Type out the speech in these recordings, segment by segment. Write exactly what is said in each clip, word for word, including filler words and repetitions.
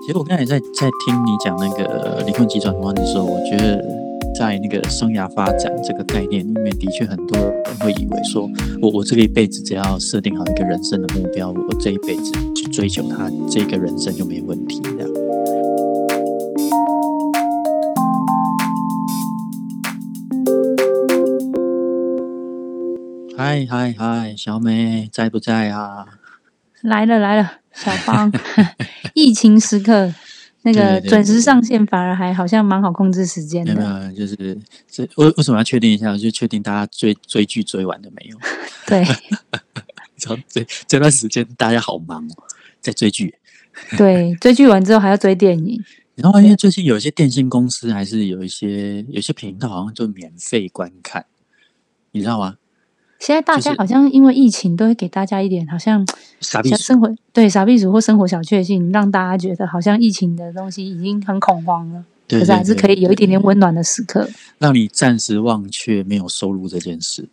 其实我刚才在在听你讲那个灵魂急转弯的时候，我觉得在那个生涯发展这个概念里面，的确很多人会以为说，我我这个一辈子只要设定好一个人生的目标，我这一辈子去追求它，这个人生就没问题这样。嗨嗨嗨，小美在不在啊？ 来了来了，小芳，疫情时刻那个准时上线，反而还好像蛮好控制时间的。 没有没有，就是这为为什么要确定一下？就确定大家追追剧追完了没有？ 对， 这这段时间大家好忙哦，在追剧。 对，追剧完之后还要追电影。 然后因为最近有一些电信公司还是有一些有些频道好像就免费观看，你知道吗？ 现在大家好像因为疫情都会给大家一点好像傻逼生活对傻逼鼠或生活小确幸，让大家觉得好像疫情的东西已经很恐慌了， 对对对， 可是还是可以有一点点温暖的时刻， 让你暂时忘却没有收入这件事。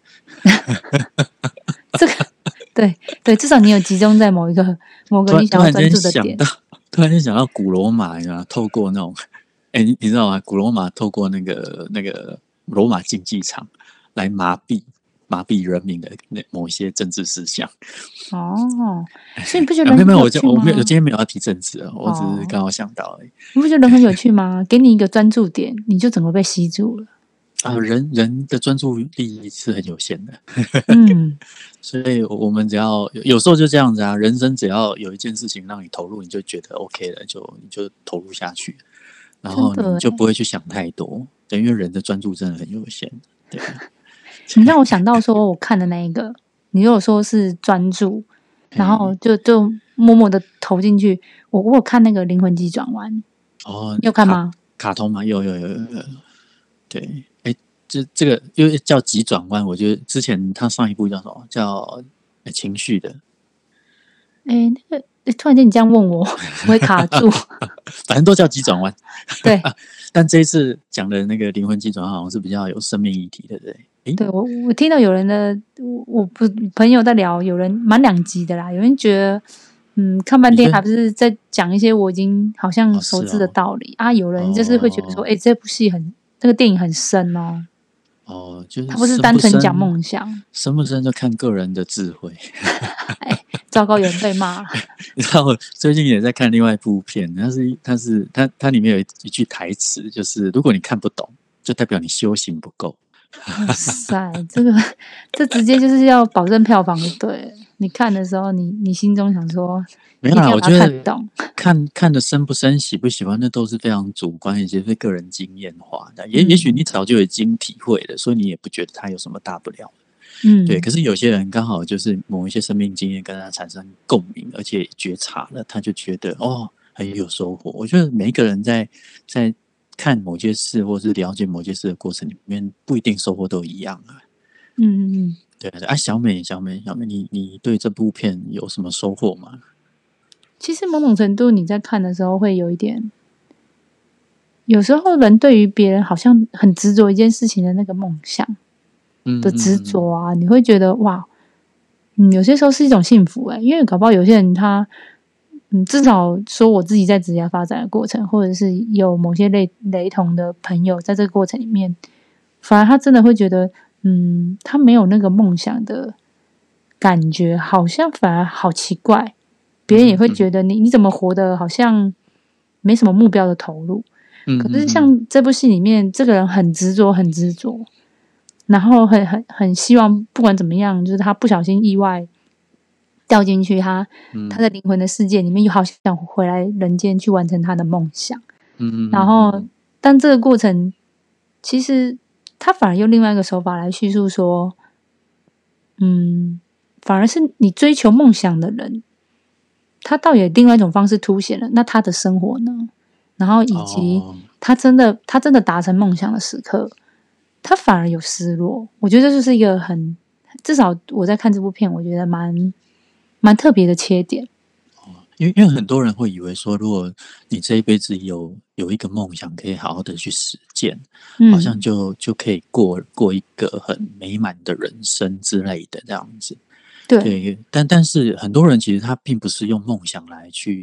这个对对，至少你有集中在某一个某个你想要专注的点。 突然间想到古罗马呀，透过那种哎，你你知道吗？古罗马透过那个那个罗马竞技场来麻痹。麻痹人民的某些政治思想。 哦，所以你不觉得人很有趣吗？没有，我没有， 我今天没有要提政治啊，我只是刚好想到而已。 你不觉得人很有趣吗？给你一个专注点，你就整个被吸住了。 啊，人人的专注力是很有限的。 嗯， 所以我们只要有时候就这样子啊，人生只要有一件事情让你投入，你就觉得 OK 了，就你就投入下去，然后你就不会去想太多。对，因为人的专注真的很有限。对。 你让我想到说，我看的那一个，你如果说是专注，然后就就默默的投进去。我我有看那个《灵魂急转弯》， 哦， 你有看吗？ 卡, 卡通吗？有有有有有。对，哎，这这个因为叫急转弯，我觉得之前他上一部叫什么？叫情绪的。 哎，那个突然间你这样问我，我会卡住。 反正都叫急转弯。 对、 啊，但这一次讲的那个灵魂急转弯好像是比较有生命议题的，对不对？ 对，我我听到有人的，我我不朋友在聊，有人蛮两极的啦。有人觉得，嗯，看半天还不是在讲一些我已经好像熟知的道理、哦、啊。有人就是会觉得说，哎、哦，这部戏很，这个电影很深哦。 哦，就是他不是单纯讲梦想， 深不深就看个人的智慧。 哎，糟糕，有人被骂。 你知道，我最近也在看另外一部片，它是它是它它里面有一句台词，就是如果你看不懂，就代表你修行不够。 哇塞，这个这直接就是要保证票房，就对了。你看的时候，你你心中想说， 没有啦，我觉得看懂看看的深不深、喜不喜欢，那都是非常主观，也是个人经验化的。也、嗯、也许你早就已经体会了，所以你也不觉得它有什么大不了。嗯，对。可是有些人刚好就是某一些生命经验跟他产生共鸣，而且觉察了，他就觉得哦很有收获。我觉得每一个人在在看某件事或是了解某件事的过程里面，不一定收获都一样啊。 嗯嗯嗯， 对对啊，小美小美小美，你你对这部片有什么收获吗？ 其实某种程度你在看的时候会有一点，有时候人对于别人好像很执着一件事情的那个梦想的执着啊，嗯嗯嗯，你会觉得哇，嗯，有些时候是一种幸福哎、欸，因为搞不好有些人他，嗯，至少说我自己在职业发展的过程，或者是有某些类雷同的朋友在这个过程里面，反而他真的会觉得，嗯，他没有那个梦想的感觉，好像反而好奇怪。别人也会觉得你你怎么活得好像没什么目标的投入，嗯嗯嗯，可是像这部戏里面，这个人很执着，很执着，然后很很很希望不管怎么样，就是他不小心意外掉进去他，嗯、他的灵魂的世界里面，又好想回来人间去完成他的梦想。嗯嗯嗯，然后，但这个过程其实他反而用另外一个手法来叙述说，嗯，反而是你追求梦想的人。他倒也另外一种方式凸显了，那他的生活呢？然后以及他真的、哦、他真的达成梦想的时刻，他反而有失落。我觉得这就是一个很，至少我在看这部片，我觉得蛮蛮特别的切点。 哦，因为因为很多人会以为说，如果你这一辈子有有一个梦想，可以好好的去实践，嗯、好像就就可以过过一个很美满的人生之类的这样子。对，但但是很多人其实他并不是用梦想来去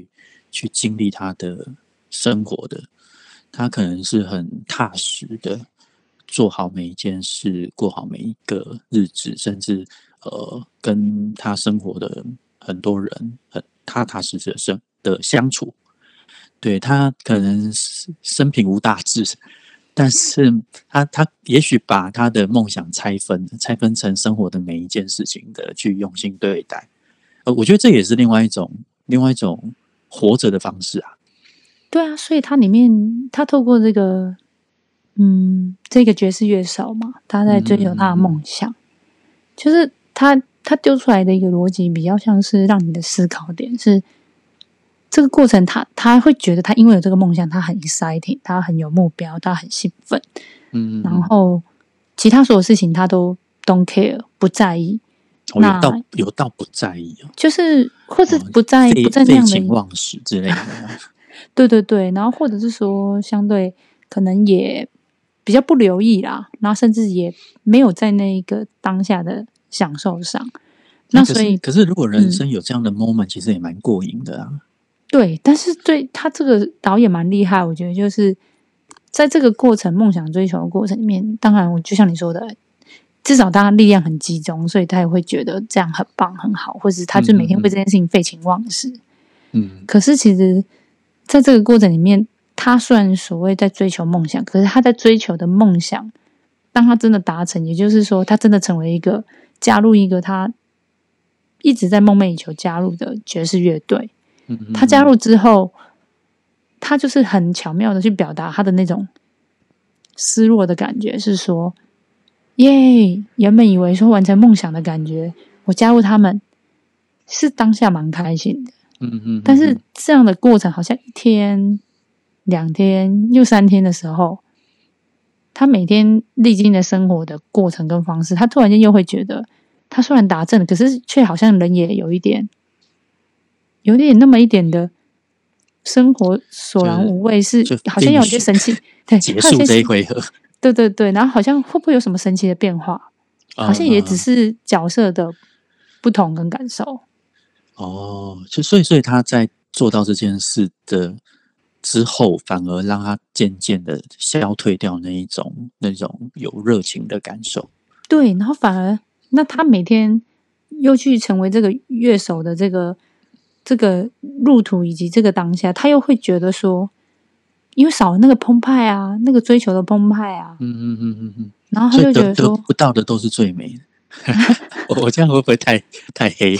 去经历他的生活的，他可能是很踏实的做好每一件事，过好每一个日子，甚至呃跟他生活的很多人很踏踏实实的生的相处。对，他可能生平无大志，但是他他也许把他的梦想拆分，拆分成生活的每一件事情的去用心对待。呃，我觉得这也是另外一种另外一种活着的方式啊。 对啊，所以他里面他透过这个，嗯，这个爵士乐手嘛，他在追求他的梦想，嗯、就是他他丢出来的一个逻辑，比较像是让你的思考点是。这个过程他，他他会觉得他因为有这个梦想，他很 exciting， 他很有目标，他很兴奋，嗯，然后其他所有事情他都 don't care， 不在意。 哦、有到有到不在意哦， 就是或是不在、哦、不在那样的废寝忘食之类的。 对对对，然后或者是说相对可能也比较不留意啦，然后甚至也没有在那一个当下的享受上。那所以， 可是如果人生有这样的 moment，、嗯、其实也蛮过瘾的啊。 对，但是对他这个导演蛮厉害，我觉得就是在这个过程梦想追求的过程里面，当然我就像你说的，至少他力量很集中，所以他也会觉得这样很棒很好，或是他就每天为这件事情废寝忘食。嗯，可是其实在这个过程里面，他虽然所谓在追求梦想，可是他在追求的梦想，当他真的达成，也就是说他真的成为一个加入一个他一直在梦寐以求加入的爵士乐队。他加入之后，他就是很巧妙的去表达他的那种失落的感觉，是说，耶，原本以为说完成梦想的感觉，我加入他们是当下蛮开心的，嗯嗯，但是这样的过程好像一天、两天又三天的时候，他每天历经的生活的过程跟方式，他突然间又会觉得，他虽然达阵了，可是却好像人也有一点。有点那么一点的生活索然无味，是好像有些神奇，对， 结束这一回合， 对对对，然后好像会不会有什么神奇的变化？好像也只是角色的不同跟感受。 哦，就所以所以他在做到这件事的之后，反而让他渐渐的消退掉那一种那种有热情的感受。 对，然后反而那他每天又去成为这个乐手的这个。这个路途以及这个当下，他又会觉得说，因为少了那个澎湃啊，那个追求的澎湃啊，嗯嗯嗯嗯嗯，然后他就觉得说， 得不到的都是最美的。我这样会不会太太黑？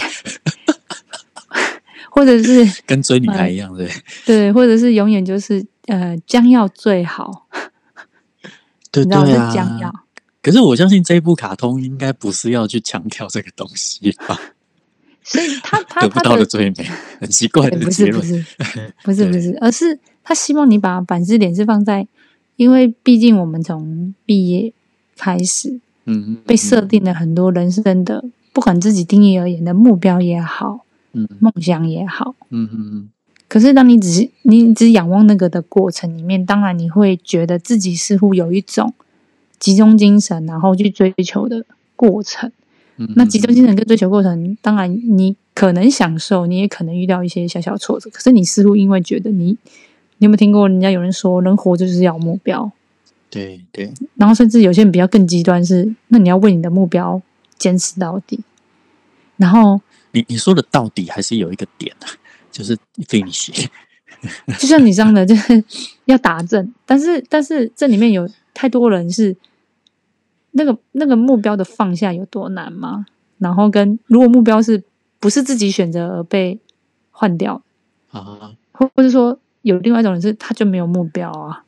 或者是跟追女孩一样，对、呃、 对，或者是永远就是呃将要最好， 对对啊， 将要。 可是我相信这一部卡通应该不是要去强调这个东西吧。 所以他他得不到的最美，很奇怪的结论。 不是不是不是不是，而是他希望你把反思点是放在，因为毕竟我们从毕业开始，嗯，被设定了很多人生的，不管自己定义而言的目标也好，嗯，梦想也好，嗯嗯。可是当你只是你只仰望那个的过程里面，当然你会觉得自己似乎有一种集中精神，然后去追求的过程。那集中精神跟追求过程，当然你可能享受，你也可能遇到一些小小挫折。可是你似乎因为觉得你，你有没有听过人家有人说，人活着就是要有目标？ 对对。 然后甚至有些人比较更极端是，那你要为你的目标坚持到底。然后你你说的到底还是有一个点啊，就是 finish。 就像你这样的，就是要达阵，但是但是这里面有太多人是。那个那个目标的放下有多难吗？然后跟如果目标是不是自己选择而被换掉啊，或或者说有另外一种人是他就没有目标啊。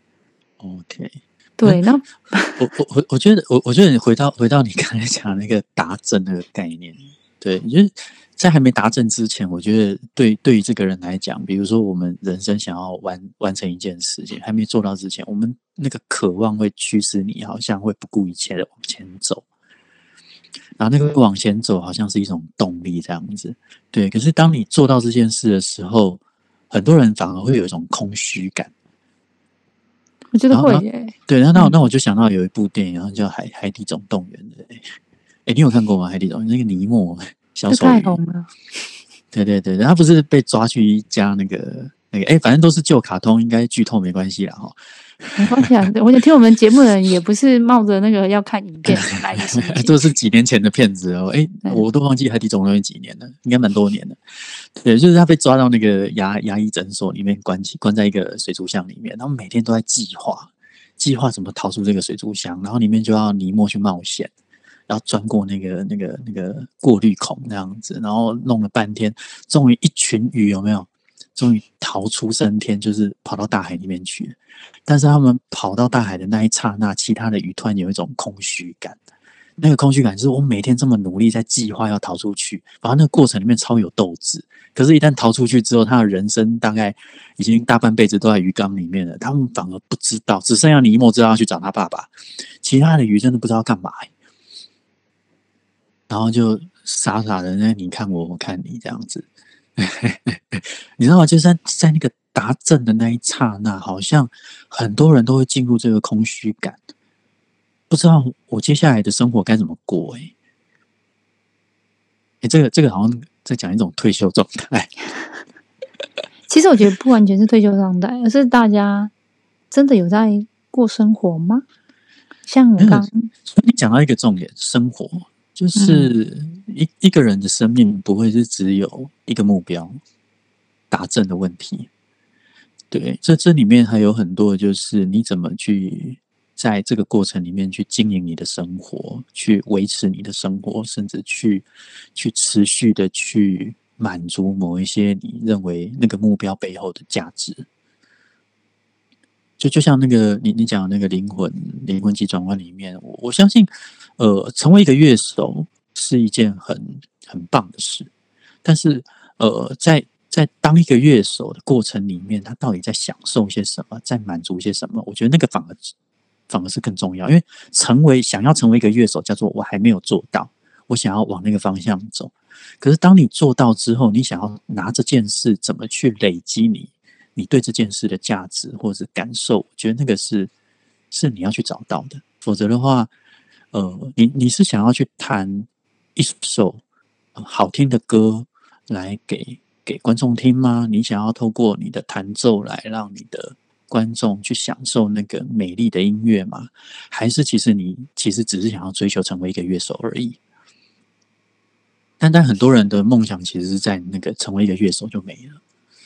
OK， 对，那我我我我觉得我我觉得你回到回到你刚才讲那个达阵那个概念，对，就是在还没达阵之前，我觉得对对于这个人来讲，比如说我们人生想要完完成一件事情，还没做到之前，我们那个渴望会驱使你，好像会不顾一切的往前走，然后那个往前走好像是一种动力这样子，对。可是当你做到这件事的时候，很多人反而会有一种空虚感。 我觉得会耶。 对，那那那我就想到有一部电影，然后叫《海海底总动员》的，哎，你有看过吗？《海底总动员》那个尼莫小丑鱼， 太红了。 对对对，他不是被抓去一家那个那个哎，反正都是旧卡通，应该剧透没关系啦哈。 没关系啊，我想听我们节目的人也不是冒着那个要看影片来一起， 都是几年前的片子哦。哎，我都忘记《海底总动员》几年了，应该蛮多年的。对，就是他被抓到那个牙牙医诊所里面关起，关在一个水族箱里面，然后每天都在计划，计划怎么逃出这个水族箱，然后里面就要尼莫去冒险，然后钻过那个那个那个过滤孔那样子，然后弄了半天，终于一群鱼有没有？终于逃出升天，就是跑到大海里面去了。但是他们跑到大海的那一刹那，其他的鱼突然有一种空虚感。那个空虚感就是我每天这么努力在计划要逃出去，反正那个过程里面超有斗志。可是，一旦逃出去之后，他的人生大概已经大半辈子都在鱼缸里面了。他们反而不知道，只剩下尼莫知道要去找他爸爸，其他的鱼真的不知道干嘛、欸。然后就傻傻的那你看我，我看你这样子。你知道吗？就是在在那个达阵的那一刹那，好像很多人都会进入这个空虚感，不知道我接下来的生活该怎么过、欸。哎，哎，这个这个好像在讲一种退休状态。 其实我觉得不完全是退休状态，而是大家真的有在过生活吗？像我刚， 你讲到一个重点，生活。就是一一个人的生命不会是只有一个目标达成的问题，对，这这里面还有很多，就是你怎么去在这个过程里面去经营你的生活，去维持你的生活，甚至去去持续的去满足某一些你认为那个目标背后的价值。就就像那个你你讲的那个灵魂灵魂级转换里面，我我相信，呃，成为一个乐手是一件很很棒的事，但是呃，在在当一个乐手的过程里面，他到底在享受些什么，在满足些什么？我觉得那个反而反而是更重要，因为成为想要成为一个乐手，叫做我还没有做到，我想要往那个方向走。可是当你做到之后，你想要拿这件事怎么去累积你？你对这件事的价值或者是感受，我觉得那个是是你要去找到的。否则的话，呃，你你是想要去弹一首、呃、好听的歌来给给观众听吗？你想要透过你的弹奏来让你的观众去享受那个美丽的音乐吗？还是其实你其实只是想要追求成为一个乐手而已？但但很多人的梦想其实是在那个成为一个乐手就没了。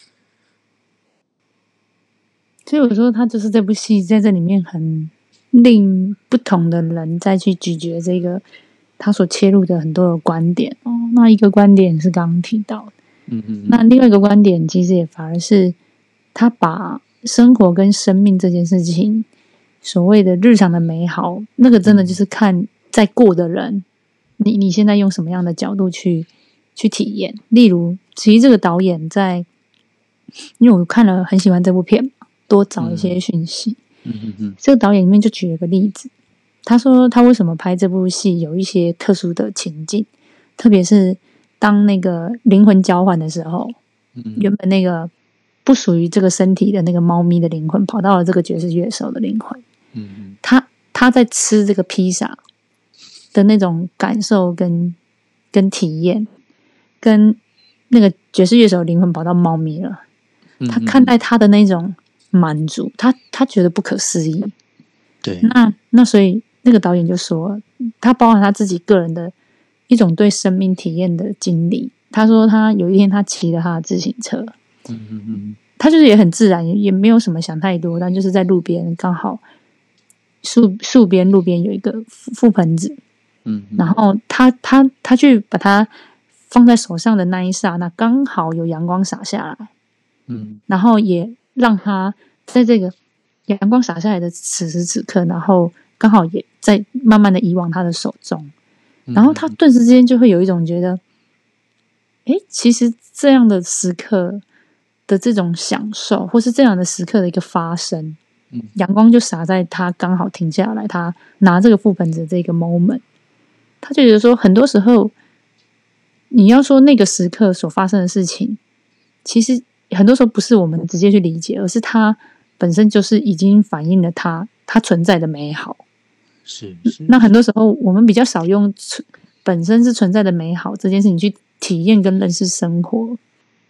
所以我说，他就是这部戏在这里面很令不同的人再去咀嚼这个他所切入的很多的观点哦。那一个观点是刚刚提到的，嗯嗯，那另外一个观点其实也反而是他把生活跟生命这件事情，所谓的日常的美好，那个真的就是看在过的人，你你现在用什么样的角度去去体验。例如，其实这个导演在，因为我看了很喜欢这部片。多找一些讯息、嗯嗯嗯、这个导演里面就举了个例子，他说他为什么拍这部戏有一些特殊的情境，特别是当那个灵魂交换的时候、嗯、原本那个不属于这个身体的那个猫咪的灵魂跑到了这个爵士乐手的灵魂、嗯、他他在吃这个披萨的那种感受跟跟体验，跟那个爵士乐手的灵魂跑到猫咪了、嗯、他看待他的那种满足，他他觉得不可思议。 对， 那那所以那个导演就说，他包含他自己个人的一种对生命体验的经历。他说他有一天他骑了他的自行车，嗯嗯嗯，他就是也很自然，也也没有什么想太多，但就是在路边刚好树树边路边有一个覆盆子，嗯，然后他他他去把它放在手上的那一刹那，刚好有阳光洒下来，嗯，然后也让他在这个阳光洒下来的此时此刻，然后刚好也在慢慢的移往他的手中，然后他顿时之间就会有一种觉得，诶，其实这样的时刻的这种享受，或是这样的时刻的一个发生，阳光就洒在他刚好停下来，他拿这个覆盆子的这个 moment， 他就觉得说，很多时候你要说那个时刻所发生的事情，其实很多时候不是我们直接去理解，而是它本身就是已经反映了它它存在的美好。 是, 是那很多时候我们比较少用本身是存在的美好这件事情去体验跟认识生活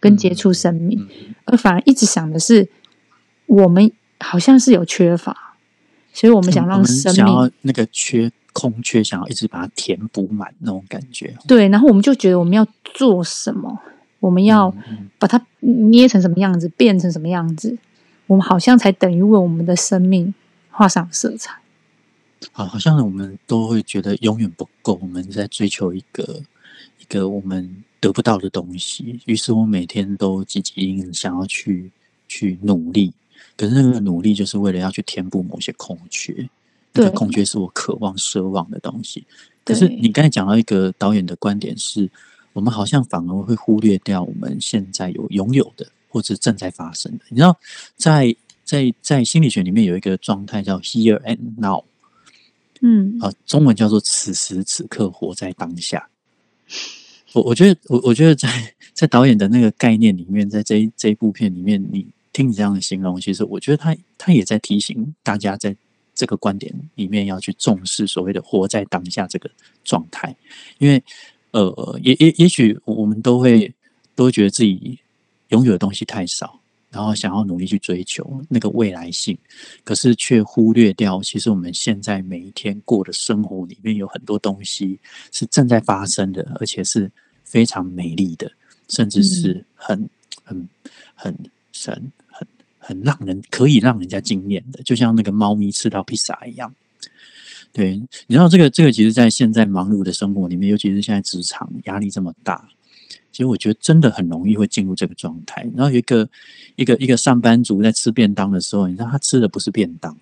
跟接触生命，嗯嗯、而反而一直想的是我们好像是有缺乏，所以我们想让生命、 嗯、想要那个缺空缺，想要一直把它填补满那种感觉。 对，然后我们就觉得我们要做什么，我们要把它捏成什么样子，变成什么样子，我们好像才等于为我们的生命画上色彩。 好，好像我们都会觉得永远不够，我们在追求一个一个我们得不到的东西，于是我每天都积极应应想要去去努力，可是那个努力就是为了要去填补某些空缺，那个空缺是我渴望奢望的东西。可是你刚才讲到一个导演的观点是，我们好像反而会忽略掉我们现在有拥有的或者正在发生的。你知道在在在心理学里面有一个状态叫 here and now， 嗯， 啊，中文叫做此时此刻活在当下。我我觉得我我觉得在在导演的那个概念里面，在这一这一部片里面，你听你这样的形容，其实我觉得他他也在提醒大家，在这个观点里面要去重视所谓的活在当下这个状态，因为呃，也也也许我们都会都会觉得自己拥有的东西太少。然后想要努力去追求那个未来性，可是却忽略掉，其实我们现在每一天过的生活里面有很多东西是正在发生的，而且是非常美丽的，甚至是很很很很很很让人可以让人家惊艳的，就像那个猫咪吃到披萨一样。对，你知道这个这个其实在现在忙碌的生活里面，尤其是现在职场压力这么大。其实我觉得真的很容易会进入这个状态。然后有一个一个一个上班族在吃便当的时候，你知道他吃的不是便当，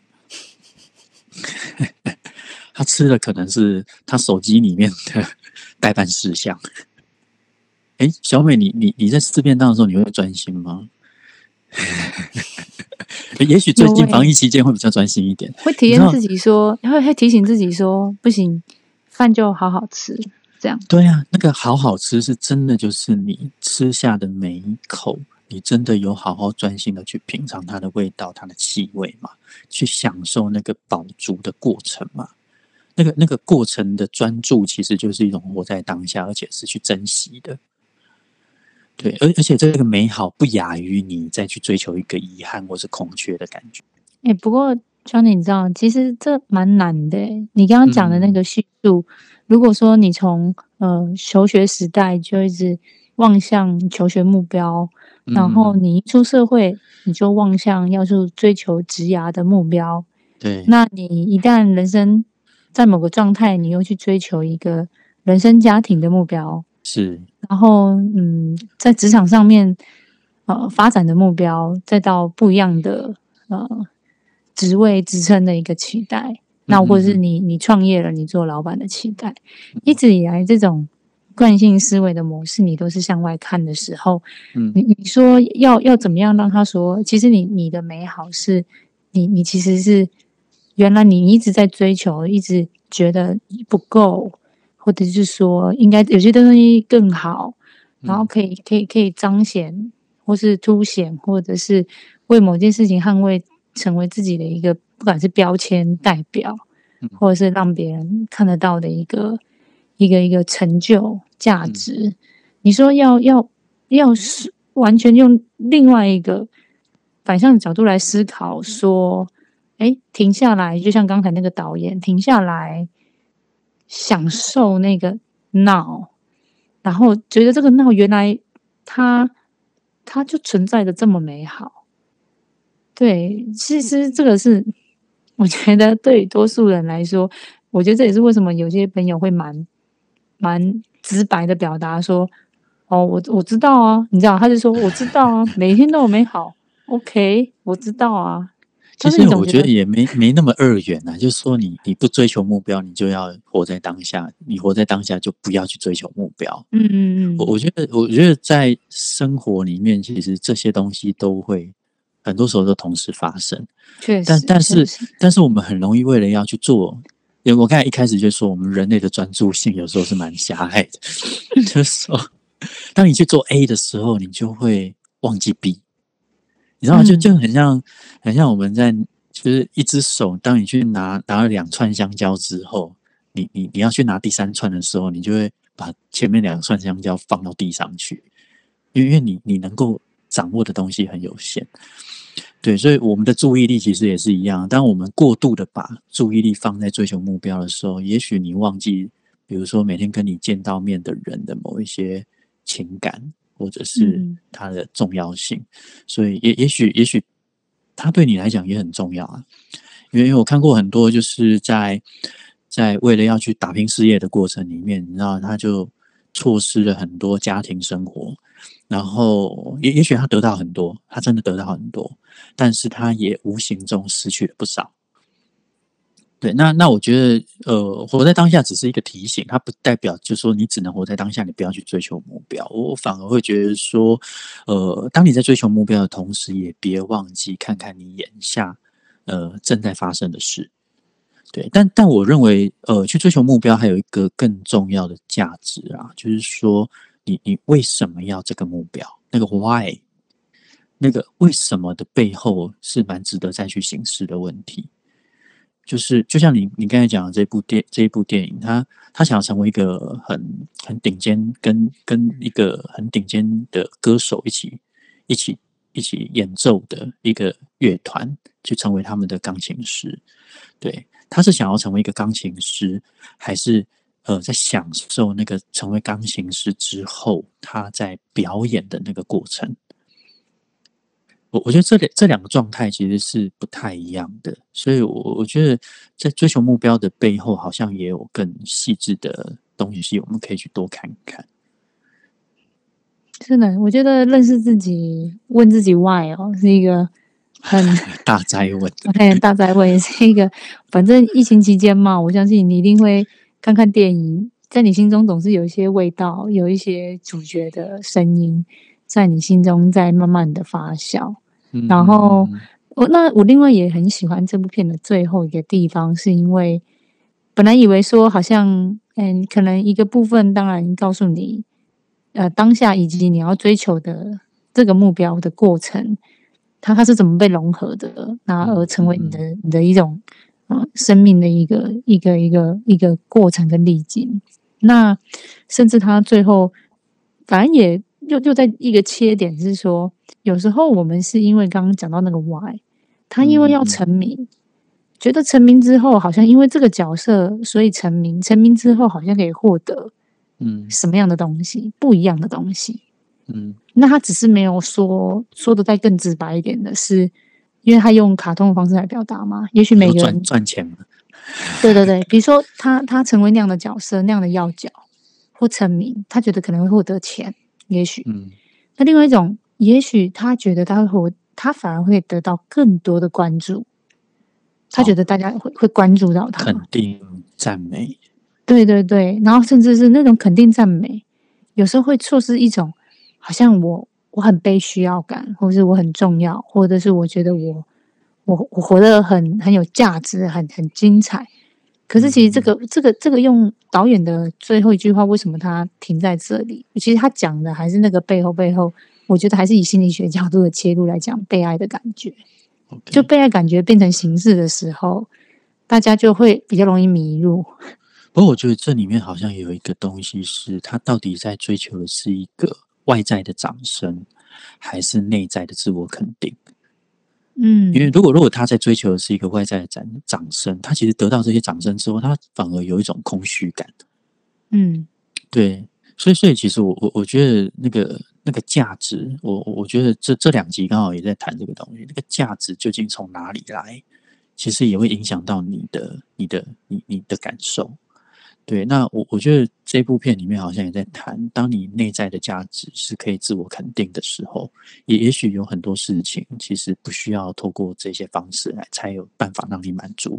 他吃的可能是他手机里面的待办事项。哎，小美，你你你在吃便当的时候，你会专心吗？也许最近防疫期间会比较专心一点， 会体验自己说，会会提醒自己说，不行，饭就好好吃。这样对啊，那个好好吃是真的，就是你吃下的每一口，你真的有好好专心的去品尝它的味道、它的气味嘛？去享受那个饱足的过程嘛？那个那个过程的专注，其实就是一种活在当下，而且是去珍惜的。对，而而且这个美好不亚于你再去追求一个遗憾或是空缺的感觉。 哎、欸，不过 Johnny， 你知道，其实这蛮难的。你刚刚讲的那个叙述。嗯，如果说你从呃求学时代就一直望向求学目标，嗯、然后你一出社会你就望向要去追求职涯的目标， 对， 那你一旦人生在某个状态，你又去追求一个人生家庭的目标， 是，然后嗯，在职场上面呃发展的目标，再到不一样的呃职位职称的一个期待。那或者是你你创业了，你做老板的期待，一直以来这种惯性思维的模式，你都是向外看的时候，嗯，你你说要要怎么样让他说，其实你你的美好是，你你其实是原来你一直在追求，一直觉得不够，或者是说应该有些东西更好，然后可以可以可以彰显，或是凸显，或者是为某件事情捍卫，成为自己的一个。不管是标签代表，或者是让别人看得到的一个一个一个成就价值，嗯、你说要要要是完全用另外一个反向的角度来思考，说，哎，停下来，就像刚才那个导演，停下来享受那个闹，然后觉得这个闹原来它它就存在的这么美好。对，其实这个是。我觉得对于多数人来说，我觉得这也是为什么有些朋友会蛮蛮直白的表达说，哦，我我知道啊，你知道，他就说我知道啊，每一天都有美好 ，OK， 我知道啊。 其实我觉得也没没那么二元啊，就是说你你不追求目标，你就要活在当下；你活在当下，就不要去追求目标。 嗯嗯嗯。 我我觉得，我觉得在生活里面，其实这些东西都会。很多时候都同时发生， 确实， 但但是但是我们很容易为了要去做，因为我刚才一开始就说，我们人类的专注性有时候是蛮狭隘的，就是说，当你去做 A 的时候，你就会忘记 B， 你知道吗？就就很像很像我们在就是一只手，当你去拿拿了两串香蕉之后，你你你要去拿第三串的时候，你就会把前面两串香蕉放到地上去。 因为你你能够掌握的东西很有限。对，所以我们的注意力其实也是一样。当我们过度的把注意力放在追求目标的时候，也许你忘记，比如说每天跟你见到面的人的某一些情感，或者是它的重要性。嗯、所以也也许也许它对你来讲也很重要啊。因为我看过很多就是在在为了要去打拼事业的过程里面，你知道，他就错失了很多家庭生活。然后也也许他得到很多，他真的得到很多，但是他也无形中失去了不少。对，那那我觉得，呃，活在当下只是一个提醒，它不代表就是说你只能活在当下，你不要去追求目标。我反而会觉得说，呃，当你在追求目标的同时，也别忘记看看你眼下呃正在发生的事。对，但但我认为，呃，去追求目标还有一个更重要的价值啊，就是说。你你为什么要这个目标？那个 why， 那个为什么的背后是蛮值得再去省思的问题。就是就像你你刚才讲的这部电这一部电影，他他想要成为一个很很顶尖，跟跟一个很顶尖的歌手一起一起一起演奏的一个乐团，去成为他们的钢琴师。对，他是想要成为一个钢琴师，还是？呃，在享受那个成为钢琴师之后，他在表演的那个过程，我我觉得这两这两个状态其实是不太一样的，所以我我觉得在追求目标的背后，好像也有更细致的东西，我们可以去多看一看。 真的，我觉得认识自己、问自己 why 哦，是一个很大哉问。 OK， 大哉问也是一个，反正疫情期间嘛，我相信你一定会。看看电影，在你心中总是有一些味道，有一些主角的声音，在你心中在慢慢的发酵。嗯、然后我那我另外也很喜欢这部片的最后一个地方，是因为本来以为说好像嗯，可能一个部分当然告诉你，呃，当下以及你要追求的这个目标的过程，它它是怎么被融合的，那而成为你的、嗯、你的一种。呃，生命的一个一个一个一个过程跟历经，那甚至他最后，反正也又又在一个切点是说，有时候我们是因为刚刚讲到那个 why， 他因为要成名，嗯、觉得成名之后好像因为这个角色，所以成名，成名之后好像可以获得嗯什么样的东西，不一样的东西，嗯，那他只是没有说说的再更直白一点的是。因为他用卡通的方式来表达嘛，也许每个人赚钱嘛， 对对对，比如说他他成为那样的角色，那样的要角或成名，他觉得可能会获得钱，也许，嗯，那另外一种，也许他觉得他会，他反而会得到更多的关注，他觉得大家会、哦、会关注到他， 肯定赞美， 对对对，然后甚至是那种肯定赞美，有时候会错失一种，好像我。我很被需要感，或者是我很重要，或者是我觉得我我我活得很很有价值，很很精彩。可是其实这个、嗯、这个这个用导演的最后一句话，为什么他停在这里？其实他讲的还是那个背后背后，我觉得还是以心理学角度的切入来讲被爱的感觉。Okay. 就被爱感觉变成形式的时候，大家就会比较容易迷路。 不过我觉得这里面好像有一个东西是，他到底在追求的是一个。外在的掌声，还是内在的自我肯定？嗯，因为如果如果他在追求的是一个外在的掌掌声，他其实得到这些掌声之后，他反而有一种空虚感。嗯，对，所以所以其实我我我觉得那个那个价值，我我觉得这这两集刚好也在谈这个东西，那个价值究竟从哪里来，其实也会影响到你的你的你你的感受。对，那我我觉得这部片里面好像也在谈，当你内在的价值是可以自我肯定的时候，也也许有很多事情其实不需要透过这些方式来才有办法让你满足。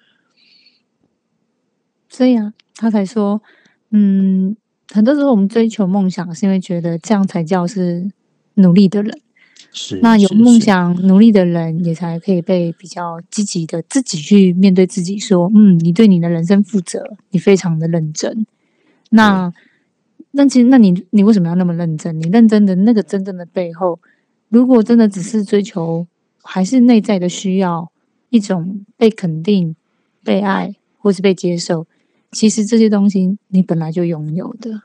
所以啊，他才说，嗯，很多时候我们追求梦想是因为觉得这样才叫是努力的人。 是， 那有梦想努力的人也才可以被比较积极的自己去面对自己说，嗯，你对你的人生负责，你非常的认真。那那其实那你你为什么要那么认真？你认真的那个真正的背后，如果真的只是追求还是内在的需要，一种被肯定、被爱或是被接受，其实这些东西你本来就拥有的。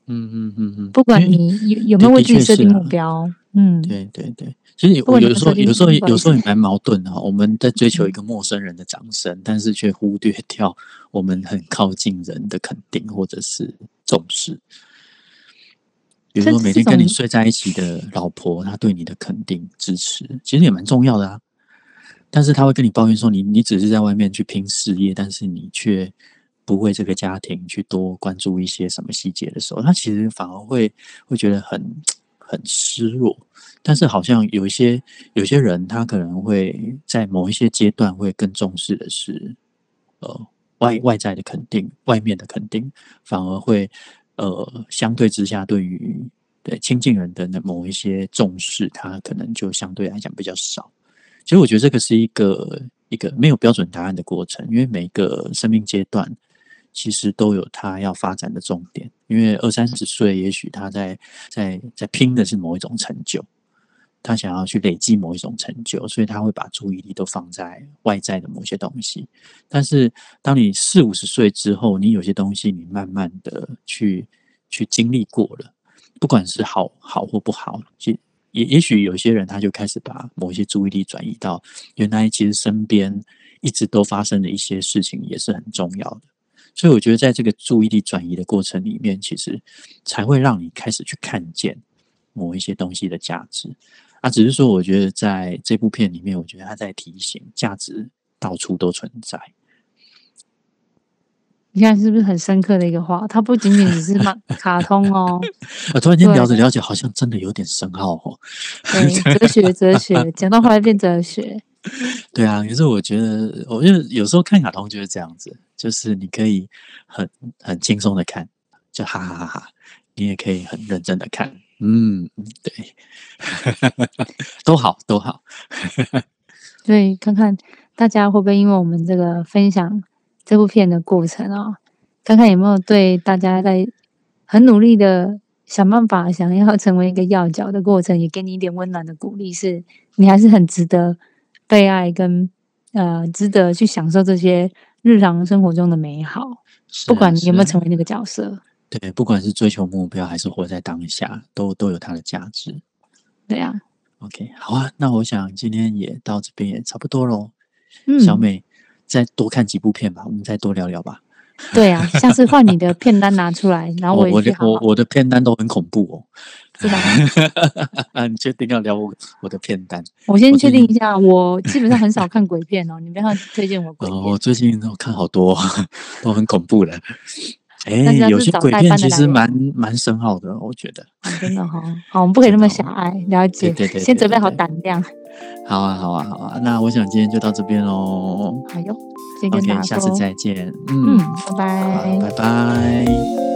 嗯嗯嗯嗯， 不管你有有没有为自己设定目标，啊、嗯， 对对对，其实有有时候有时候有时候也蛮矛盾的哈。我们在追求一个陌生人的掌声，嗯、但是却忽略掉我们很靠近人的肯定或者是重视。比如说每天跟你睡在一起的老婆，她对你的肯定支持，其实也蛮重要的啊。但是她会跟你抱怨说你，你你只是在外面去拼事业，但是你却不为这个家庭去多关注一些什么细节的时候，她其实反而会会觉得很很失落。但是好像有一些有些人，他可能会在某一些阶段会更重视的是，呃，外外在的肯定，外面的肯定，反而会呃相对之下，对于对亲近人的某一些重视，他可能就相对来讲比较少。其实我觉得这个是一个一个没有标准答案的过程，因为每个生命阶段其实都有他要发展的重点。因为二三十岁，也许他在在在拼的是某一种成就。他想要去累积某一种成就，所以他会把注意力都放在外在的某些东西。但是当你四五十岁之后，你有些东西你慢慢的去去经历过了，不管是好好或不好，也也许有些人他就开始把某些注意力转移到原来其实身边一直都发生的一些事情也是很重要的。所以我觉得在这个注意力转移的过程里面，其实才会让你开始去看见某一些东西的价值。啊，只是说，我觉得在这部片里面，我觉得他在提醒，价值到处都存在。 你看是不是很深刻的一个话？它不仅仅只是卡通哦。 我突然间聊着聊着，好像真的有点深奥哦。 对，哲学，哲学，讲到后来变哲学。 对啊，可是我觉得，我觉得有时候看卡通就是这样子，就是你可以很很轻松的看，就哈哈哈哈，你也可以很认真的看。嗯，对，都好，都好。 对，看看大家会不会因为我们这个分享这部片的过程啊、哦，看看有没有对大家在很努力的想办法想要成为一个要角的过程，也给你一点温暖的鼓励，是你还是很值得被爱跟呃值得去享受这些日常生活中的美好，啊、不管你有没有成为那个角色。 对，不管是追求目标还是活在当下，都都有它的价值。 对啊 ，OK， 好啊，那我想今天也到这边也差不多咯。 嗯， 小美再多看几部片吧，我们再多聊聊吧。 对啊，下次换你的片单拿出来，然后我也去好好我我我的片单都很恐怖哦。 是吧？ 啊，你确定要聊我我的片单？ 我先确定一下，我基本上很少看鬼片哦，你不要推荐我鬼片。 哦，我最近都看好多，都很恐怖了。哎、欸，有些鬼片其实蛮蛮深奥的，我觉得。 啊、真的哈、哦，好，我们不可以那么狭隘，了解。 对对 对, 对, 对, 对， 先准备好胆量。 好啊，好啊，好啊，那我想今天就到这边喽。 好哟，先跟大家说， OK， 下次再见。 嗯，嗯拜拜， 拜拜。